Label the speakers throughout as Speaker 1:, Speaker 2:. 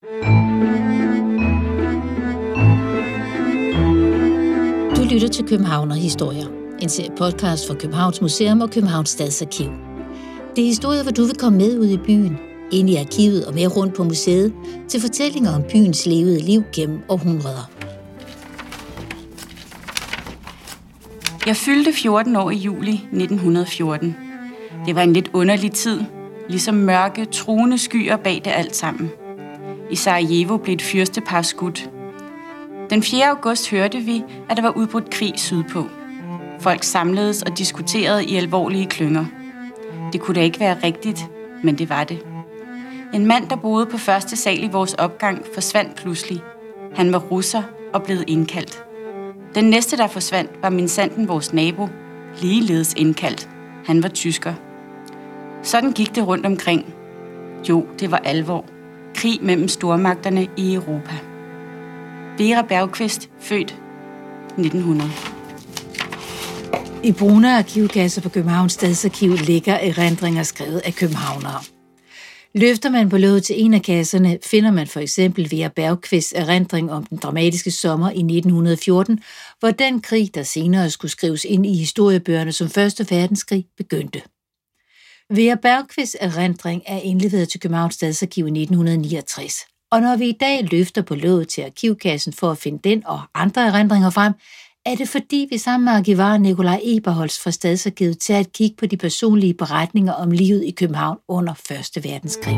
Speaker 1: Du lytter til Københavnerhistorier, en serie podcast fra Københavns Museum og Københavns Stadsarkiv. Det er historier, hvor du vil komme med ud i byen, ind i arkivet og med rundt på museet, til fortællinger om byens levede liv gennem århundreder.
Speaker 2: Jeg fyldte 14 år i juli 1914. Det var en lidt underlig tid, ligesom mørke, truende skyer bag det alt sammen. I Sarajevo blev et fyrstepar skudt. Den 4. august hørte vi, at der var udbrudt krig sydpå. Folk samledes og diskuterede i alvorlige klynger. Det kunne da ikke være rigtigt, men det var det. En mand, der boede på første sal i vores opgang, forsvandt pludselig. Han var russer og blev indkaldt. Den næste, der forsvandt, var minsandten vores nabo, ligeledes indkaldt. Han var tysker. Sådan gik det rundt omkring. Jo, det var alvor. Krig mellem stormagterne i Europa. Vera Bergqvist, født 1900.
Speaker 1: I brune arkivkasser på Københavns Stadsarkiv ligger erindringer skrevet af københavnere. Løfter man på låget til en af kasserne, finder man for eksempel Vera Bergqvists erindring om den dramatiske sommer i 1914, hvor den krig, der senere skulle skrives ind i historiebøgerne som Første Verdenskrig, begyndte. Vera Bergqvists erindring er indleveret til Københavns Stadsarkiv i 1969. Og når vi i dag løfter på låget til arkivkassen for at finde den og andre erindringer frem, er det fordi vi sammen med arkivar Nikolaj Eberholz fra Stadsarkivet tager et kig på de personlige beretninger om livet i København under Første Verdenskrig.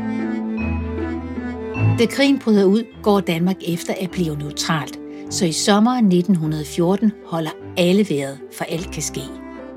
Speaker 1: Da krigen bryder ud, går Danmark efter at blive neutralt, så i sommeren 1914 holder alle vejret, for alt kan ske.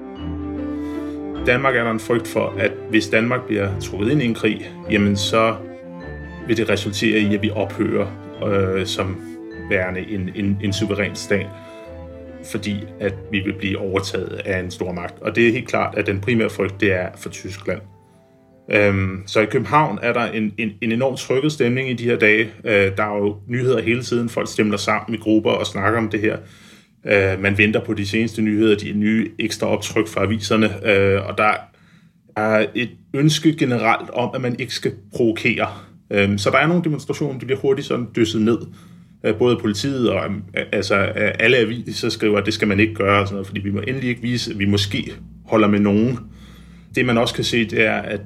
Speaker 3: I Danmark er der en frygt for, at hvis Danmark bliver trukket ind i en krig, jamen så vil det resultere i, at vi ophører som værende en suveræn stat, fordi at vi vil blive overtaget af en stor magt. Og det er helt klart, at den primære frygt, det er for Tyskland. Så i København er der en enormt trykket stemning i de her dage. Der er jo nyheder hele tiden. Folk stemmer sammen i grupper og snakker om det her. Man venter på de seneste nyheder, de nye ekstra optryk fra aviserne, og der er et ønske generelt om, at man ikke skal provokere. Så der er nogle demonstrationer, de bliver hurtigt sådan dysset ned. Både politiet og alle aviser skriver, at det skal man ikke gøre, og sådan noget, fordi vi må endelig ikke vise, at vi måske holder med nogen. Det man også kan se, det er, at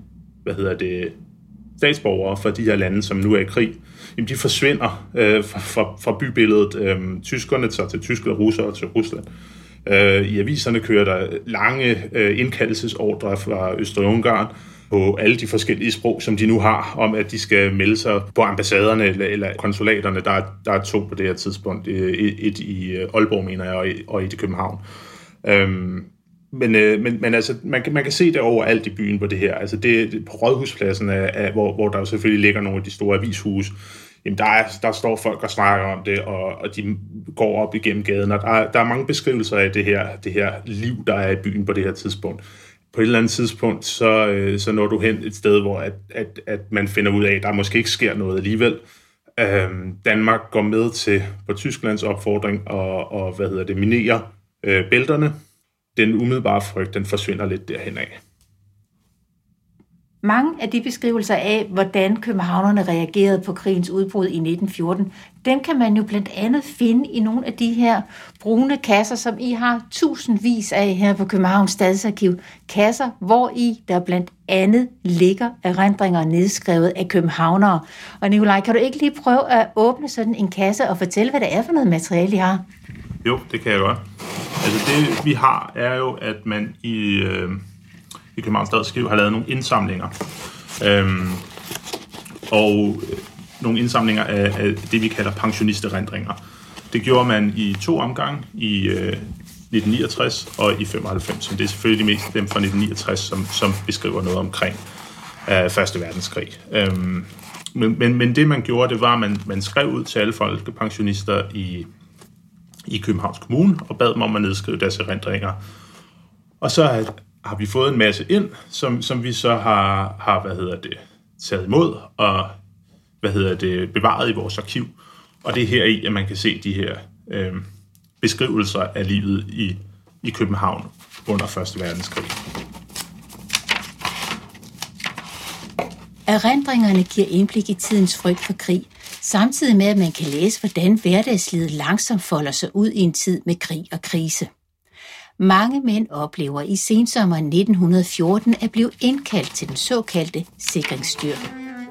Speaker 3: statsborgere fra de her lande, som nu er i krig, jamen de forsvinder fra bybilledet. Tyskerne tager til Tyskland, russere til Rusland. I aviserne kører der lange indkaldelsesordrer fra Østrig-Ungarn på alle de forskellige sprog, som de nu har, om at de skal melde sig på ambassaderne eller konsulaterne. Der er 2 på det her tidspunkt. Et i Aalborg, mener jeg, og et i København. Men altså, man kan se det overalt i byen på det her. Altså det på Rådhuspladsen, hvor der jo selvfølgelig ligger nogle af de store avishuse. Jamen der står folk og snakker om det, og de går op igennem gaden. Og der er mange beskrivelser af det her liv, der er i byen på det her tidspunkt. På et eller andet tidspunkt, så når du hen et sted, hvor at man finder ud af, at der måske ikke sker noget alligevel. Danmark går med til på Tysklands opfordring og minere bælterne. Den umiddelbare frygt, den forsvinder lidt derhen af.
Speaker 1: Mange af de beskrivelser af, hvordan københavnerne reagerede på krigens udbrud i 1914, dem kan man jo blandt andet finde i nogle af de her brune kasser, som I har tusindvis af her på Københavns Stadsarkiv. Kasser, hvor i der blandt andet ligger erindringer nedskrevet af københavnere. Og Nikolaj, kan du ikke lige prøve at åbne sådan en kasse og fortælle, hvad det er for noget materiale, I har?
Speaker 3: Jo, det kan jeg godt. Altså det, vi har, er jo, at man i Københavns Stadsarkiv har lavet nogle indsamlinger. Og nogle indsamlinger af det, vi kalder pensionisterindringer. Det gjorde man i 2 omgange, i 1969 og i 95. Det er selvfølgelig de mest dem fra 1969, som beskriver noget omkring Første Verdenskrig. Men det, man gjorde, det var, at man skrev ud til alle folkepensionister i Københavns Kommune og bad dem om at nedskrive deres erindringer. Og så har vi fået en masse ind, som vi så har taget imod og bevaret i vores arkiv. Og det er heri, at man kan se de her beskrivelser af livet i København under Første Verdenskrig.
Speaker 1: Erindringerne giver indblik i tidens frygt for krig, samtidig med at man kan læse, hvordan hverdagslivet langsomt folder sig ud i en tid med krig og krise. Mange mænd oplever i sensommeren 1914 at blive indkaldt til den såkaldte sikringsstyrke.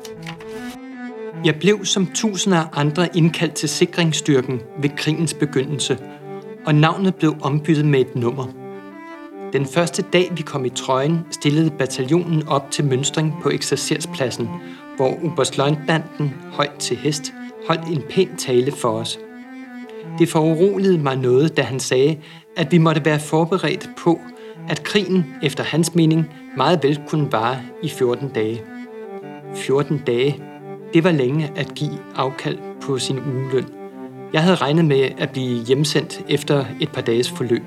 Speaker 4: Jeg blev som tusinder af andre indkaldt til sikringsstyrken ved krigens begyndelse, og navnet blev ombyttet med et nummer. Den første dag, vi kom i trøjen, stillede bataljonen op til mønstring på eksercerspladsen, hvor oberstløjtnanten, højt til hest, holdt en pæn tale for os. Det foruroligede mig noget, da han sagde, at vi måtte være forberedt på, at krigen, efter hans mening, meget vel kunne vare i 14 dage. 14 dage, det var længe at give afkald på sin ugeløn. Jeg havde regnet med at blive hjemsendt efter et par dages forløb.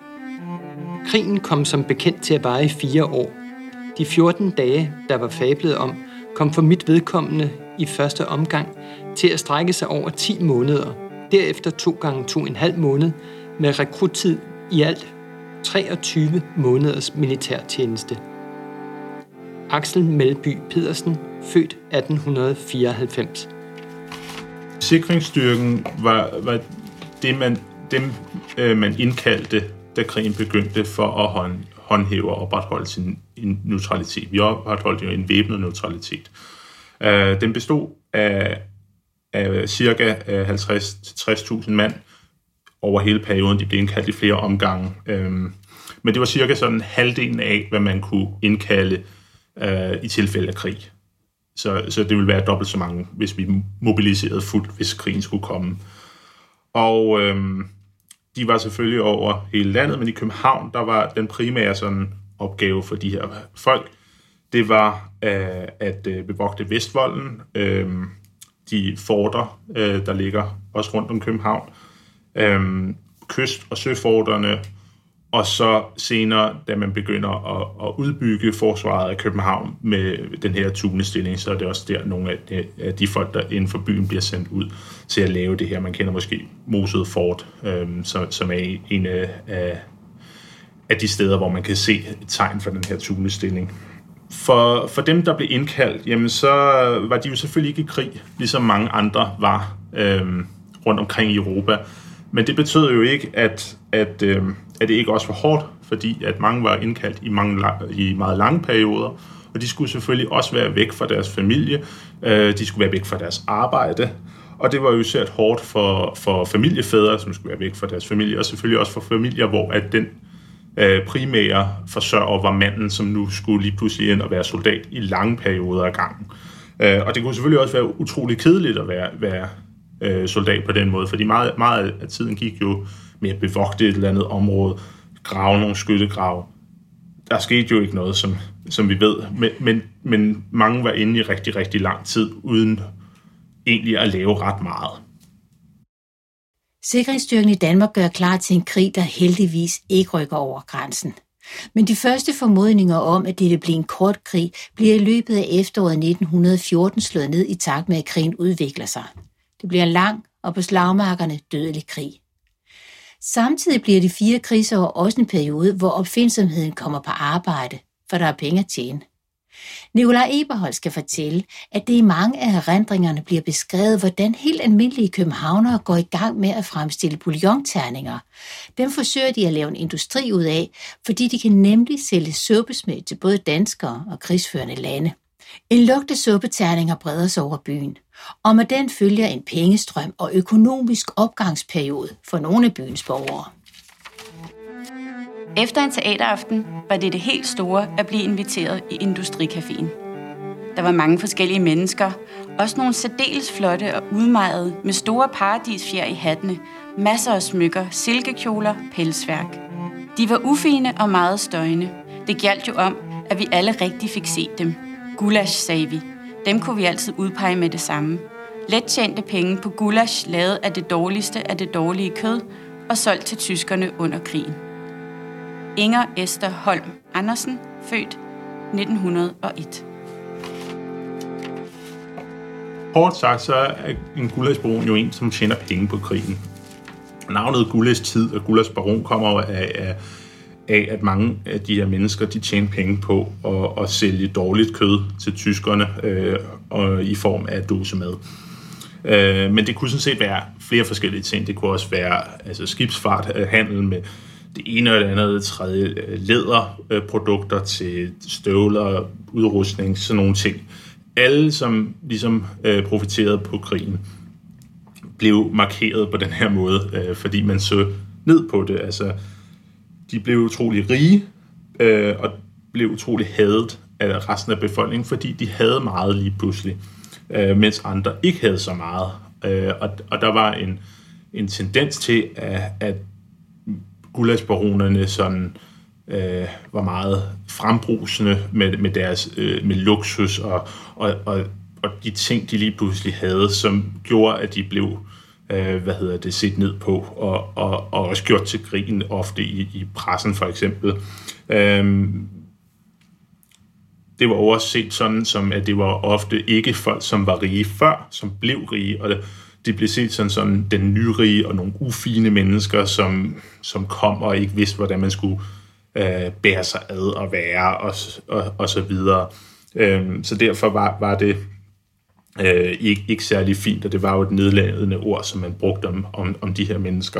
Speaker 4: Krigen kom som bekendt til at vare i 4 år. De 14 dage, der var fablet om, kom for mit vedkommende i første omgang til at strække sig over 10 måneder. Derefter 2 gange 2,5 måned med rekruttid i alt 23 måneders militærtjeneste. Axel Melby Pedersen, født 1894.
Speaker 3: Sikringsstyrken var det, man indkaldte, da krigen begyndte, for at håndhæve og opretholde sin neutralitet. Vi opretholdt jo en væbnet neutralitet. Den bestod af cirka 50-60.000 mand over hele perioden. De blev indkaldt i flere omgange. Men det var cirka sådan halvdelen af, hvad man kunne indkalde i tilfælde af krig. Så det ville være dobbelt så mange, hvis vi mobiliserede fuldt, hvis krigen skulle komme. Og de var selvfølgelig over hele landet, men i København, der var den primære sådan opgave for de her folk, det var at bevogte Vestvolden, de forter, der ligger også rundt om København, kyst- og søforterne, og så senere, da man begynder at udbygge forsvaret af København med den her tunestilling, så er det også der nogle af de folk, der inden for byen bliver sendt ud til at lave det her. Man kender måske Mosede Fort, som er en af de steder, hvor man kan se et tegn for den her tunestilling. For dem, der blev indkaldt, jamen så var de jo selvfølgelig ikke i krig, ligesom mange andre var rundt omkring i Europa. Men det betød jo ikke, at det ikke også var hårdt, fordi at mange var indkaldt i meget lange perioder, og de skulle selvfølgelig også være væk fra deres familie, de skulle være væk fra deres arbejde, og det var jo især hårdt for familiefædre, som skulle være væk fra deres familie, og selvfølgelig også for familier, hvor at den primære forsørger var manden, som nu skulle lige pludselig ind og være soldat i lange perioder af gangen. Og det kunne selvfølgelig også være utrolig kedeligt at være soldat på den måde, fordi meget af tiden gik jo med at bevogte et eller andet område, grave nogle skyttegrave. Der skete jo ikke noget, som vi ved, men mange var inde i rigtig, rigtig lang tid, uden egentlig at lave ret meget.
Speaker 1: Sikringsstyrken i Danmark gør klar til en krig, der heldigvis ikke rykker over grænsen. Men de første formodninger om, at det bliver en kort krig, bliver i løbet af efteråret 1914 slået ned i takt med, at krigen udvikler sig. Det bliver en lang og på slagmarkerne dødelig krig. Samtidig bliver de 4 krigsår også en periode, hvor opfindsomheden kommer på arbejde, for der er penge at tjene. Nikolaj Eberhold skal fortælle, at det i mange af erindringerne bliver beskrevet, hvordan helt almindelige københavnere går i gang med at fremstille bouillonterninger. Dem forsøger de at lave en industri ud af, fordi de kan nemlig sælge suppesmæd til både danskere og krigsførende lande. En lugt af suppeterninger breder sig over byen, og med den følger en pengestrøm og økonomisk opgangsperiode for nogle af byens borgere.
Speaker 2: Efter en teateraften var det helt store at blive inviteret i Industricaféen. Der var mange forskellige mennesker, også nogle særdeles flotte og udmejede med store paradisfjer i hattene, masser af smykker, silkekjoler, pelsværk. De var ufine og meget støjende. Det gjaldt jo om, at vi alle rigtig fik set dem. Gulasch, sagde vi. Dem kunne vi altid udpege med det samme. Let tjente penge på gulasch lavet af det dårligste af det dårlige kød og solgt til tyskerne under krigen. Inger Esther Holm Andersen, født 1901.
Speaker 3: Kort sagt, så er en gullaschbaron jo en, som tjener penge på krigen. Navnet gullasch-tid og gullaschbaron kommer af, at mange af de her mennesker, de tjente penge på at sælge dårligt kød til tyskerne og i form af dåsemad. Men det kunne sådan set være flere forskellige ting. Det kunne også være skibsfart, handel med det ene og det andet, tredje, læderprodukter til støvler, udrustning, sådan nogle ting. Alle, som ligesom profiterede på krigen, blev markeret på den her måde, fordi man så ned på det. Altså, de blev utrolig rige og blev utrolig hadet af resten af befolkningen, fordi de havde meget lige pludselig, mens andre ikke havde så meget. Og der var en tendens til, at gullaschbaronerne sådan var meget frembrusende med deres med luksus og de ting, de lige pludselig havde, som gjorde, at de blev set ned på og også gjort til grin ofte i pressen for eksempel. Det var også set sådan, som at det var ofte ikke folk, som var rige før, som blev rige, og de blev set sådan den nyrige og nogle ufine mennesker, som kom og ikke vidste, hvordan man skulle bære sig ad og være og så videre. Så derfor var det ikke særlig fint, og det var jo et nedladende ord, som man brugte om de her mennesker.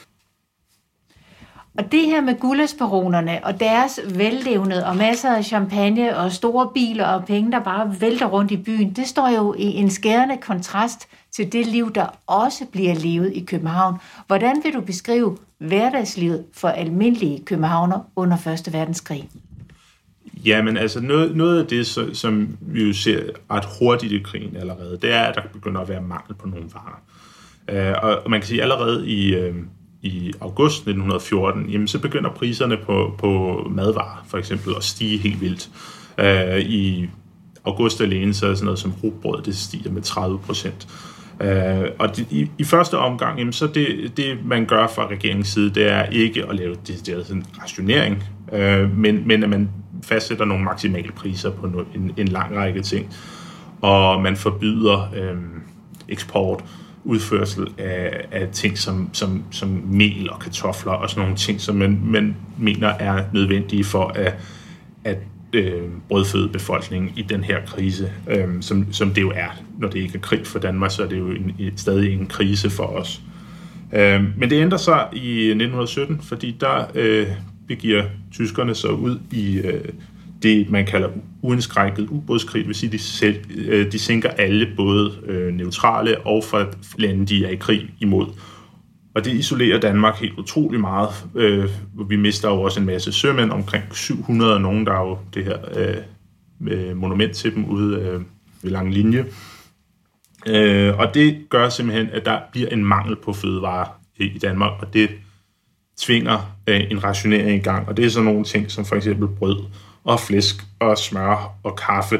Speaker 1: Og det her med gullaschbaronerne og deres vellevned og masser af champagne og store biler og penge, der bare vælter rundt i byen, det står jo i en skærende kontrast til det liv, der også bliver levet i København. Hvordan vil du beskrive hverdagslivet for almindelige københavner under 1. verdenskrig? Jamen altså noget af det, som vi jo ser ret hurtigt i krigen allerede, det er, at der begynder at være mangel på nogle varer. Og man kan sige allerede i august 1914, jamen, så begynder priserne på madvarer for eksempel at stige helt vildt. I august alene, så er sådan noget som rugbrød, det stiger med 30%. Og i første omgang, jamen, så det man gør fra regeringens side, det er ikke at lave sådan rationering, men at man fastsætter nogle maksimale priser på en lang række ting, og man forbyder eksport, udførsel af ting som mel og kartofler og sådan nogle ting, som man mener er nødvendige for at brødføde befolkningen i den her krise, som det jo er. Når det ikke er krig for Danmark, så er det jo stadig en krise for os. Men det ændrer sig i 1917, fordi der begiver tyskerne så ud i det, man kalder uindskrænket ubådskrig, det vil sige, de sænker alle, både neutrale og fra lande, de er i krig imod. Og det isolerer Danmark helt utrolig meget. Vi mister jo også en masse sømænd, omkring 700 af nogen, der er jo det her monument til dem ude ved Lange Linje. Og det gør simpelthen, at der bliver en mangel på fødevarer i Danmark, og det tvinger en rationering i gang. Og det er sådan nogle ting som for eksempel brød og flæsk og smør og kaffe.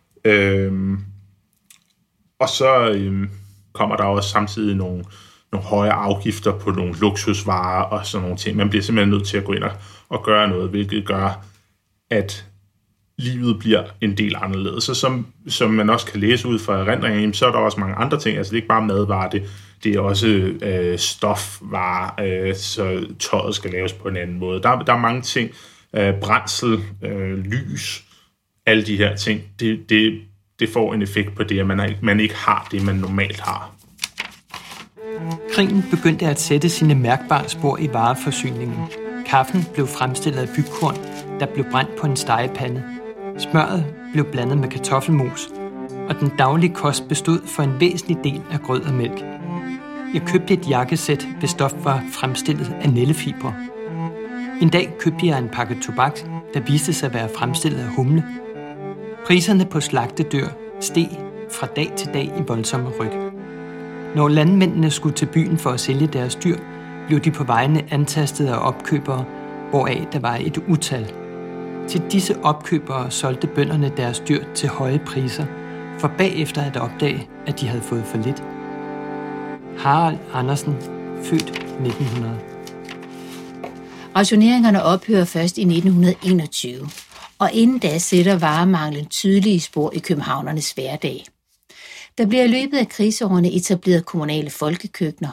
Speaker 1: Og så kommer der også samtidig nogle høje afgifter på nogle luksusvarer og sådan nogle ting. Man bliver simpelthen nødt til at gå ind og gøre noget, hvilket gør, at livet bliver en del anderledes. Så som man også kan læse ud fra erindringen, så er der også mange andre ting. Altså det er ikke bare madvarer, det er også stofvarer, så tøjet skal laves på en anden måde. Der er mange ting. Brændsel, lys, alle de her ting, det får en effekt på det, at man ikke har det, man normalt har.
Speaker 4: Krigen begyndte at sætte sine mærkbare spor i vareforsyningen. Kaffen blev fremstillet af bygkorn, der blev brændt på en stegepande. Smøret blev blandet med kartoffelmos, og den daglige kost bestod for en væsentlig del af grød og mælk. Jeg købte et jakkesæt, hvis stof var fremstillet af nællefibre. En dag købte jeg en pakke tobak, der viste sig at være fremstillet af humle. Priserne på slagtedyr steg fra dag til dag i voldsomme ryk. Når landmændene skulle til byen for at sælge deres dyr, blev de på vejene antastet af opkøbere, hvoraf der var et utal. Til disse opkøbere solgte bønderne deres dyr til høje priser, for bagefter at opdage, at de havde fået for lidt. Harald Andersen, født 1900.
Speaker 1: Rationeringerne ophører først i 1921, og inden da sætter varemanglen tydelige spor i københavnernes hverdag. Der bliver i løbet af krigsårene etableret kommunale folkekøkkener,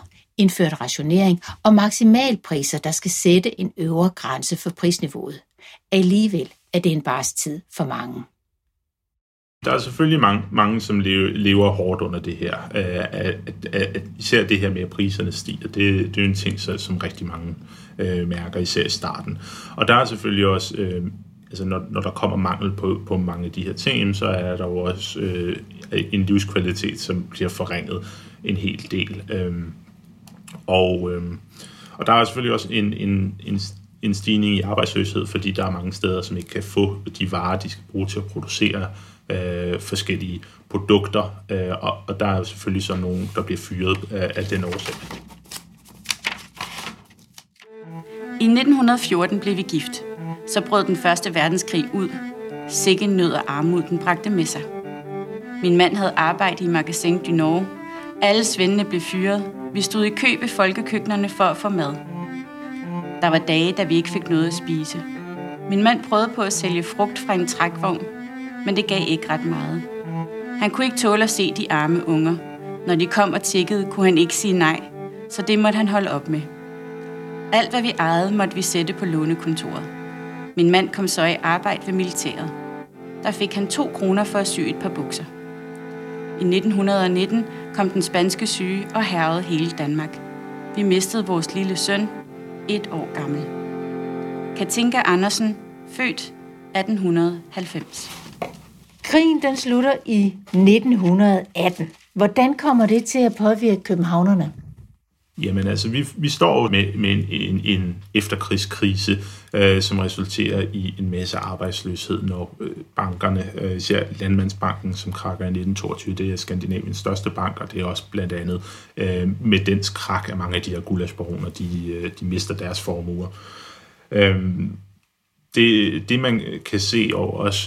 Speaker 1: indført rationering og maksimalpriser, der skal sætte en øvre grænse for prisniveauet. Alligevel er det en barsk tid for mange.
Speaker 3: Der er selvfølgelig mange som lever hårdt under det her. Især det her med, at priserne stiger, det er en ting, som rigtig mange mærker, især i starten. Og der er selvfølgelig også, når der kommer mangel på mange af de her ting, så er der jo også en livskvalitet, som bliver forringet en hel del. Og der er selvfølgelig også en stigning i arbejdsløshed, fordi der er mange steder, som ikke kan få de varer, de skal bruge til at producere forskellige produkter, og der er jo selvfølgelig så nogen, der bliver fyret af den årsag.
Speaker 2: I 1914 blev vi gift. Så brød den første verdenskrig ud. Sikke nød og armod den bragte med sig. Min mand havde arbejde i Magasin du Nord. Alle svendene blev fyret. Vi stod i kø ved folkekøkkenerne for at få mad. Der var dage, da vi ikke fik noget at spise. Min mand prøvede på at sælge frugt fra en trækvogn, men det gav ikke ret meget. Han kunne ikke tåle at se de arme unger. Når de kom og tikkede, kunne han ikke sige nej, så det måtte han holde op med. Alt, hvad vi ejede, måtte vi sætte på lånekontoret. Min mand kom så i arbejde ved militæret. Der fik han 2 kroner for at sy et par bukser. I 1919 kom den spanske syge og hærgede hele Danmark. Vi mistede vores lille søn, 1 år gammel. Katinka Andersen, født 1890.
Speaker 1: Krigen den slutter i 1918. Hvordan kommer det til at påvirke københavnerne?
Speaker 3: Jamen altså, vi står med en efterkrigskrise, som resulterer i en masse arbejdsløshed, når bankerne, især Landmandsbanken, som krakker i 1922, det er Skandinaviens største bank, og det er også blandt andet med dens krak af mange af de her gullaschbaroner, de mister deres formuer. Det man kan se over også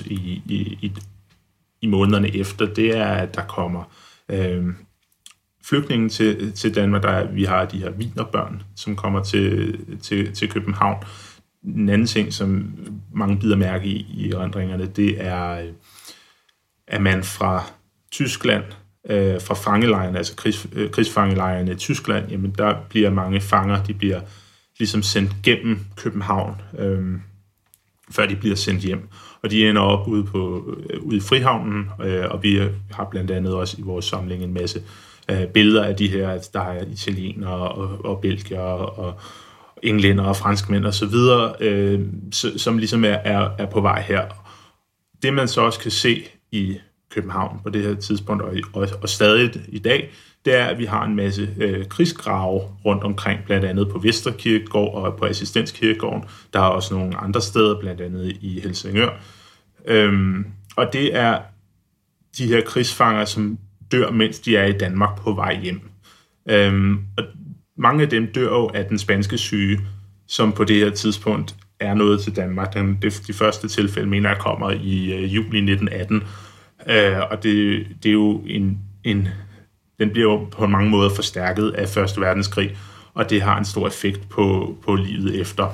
Speaker 3: i månederne efter, det er, at der kommer flygtninge til Danmark. Vi har de her wienerbørn, som kommer til København. En anden ting, som mange bider mærke i erindringerne, det er, at man fra Tyskland, fra fangelejrene, altså krigsfangelejrene i Tyskland, jamen der bliver mange fanger, de bliver ligesom sendt gennem København, før de bliver sendt hjem. Og de ender op ude i Frihavnen, og vi har blandt andet også i vores samling en masse billeder af de her, der er italienere og belgier og englænder og franskmænd og så videre, som ligesom er på vej her. Det man så også kan se i København på det her tidspunkt og stadig i dag, det er, at vi har en masse krigsgrave rundt omkring, blandt andet på Vesterkirkegård og på Assistenskirkegården. Der er også nogle andre steder, blandt andet i Helsingør. Og det er de her krigsfanger, som dør, mens de er i Danmark på vej hjem. Og mange af dem dør jo af den spanske syge, som på det her tidspunkt er nået til Danmark. De første tilfælde, mener jeg, kommer i juli 1918. Og det er jo den bliver jo på mange måder forstærket af 1. verdenskrig, og det har en stor effekt på livet efter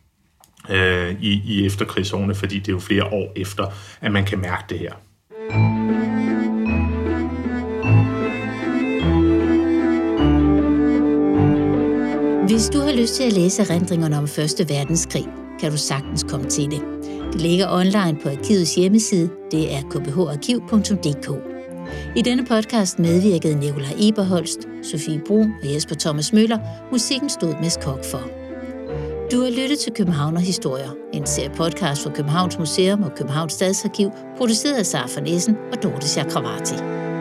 Speaker 3: i efterkrigsårene, fordi det er jo flere år efter, at man kan mærke det her.
Speaker 1: Hvis du har lyst til at læse erindringerne om 1. verdenskrig, kan du sagtens komme til det. Det ligger online på arkivets hjemmeside, det er kbharkiv.dk. I denne podcast medvirkede Nikolaj Eberholst, Sofie Brun og Jesper Thomas Møller. Musikken stod Mads Kok for. Du har lyttet til Københavner Historier, en serie podcast fra Københavns Museum og Københavns Stadsarkiv, produceret af Sara von Essen og Dorte Chakravarty.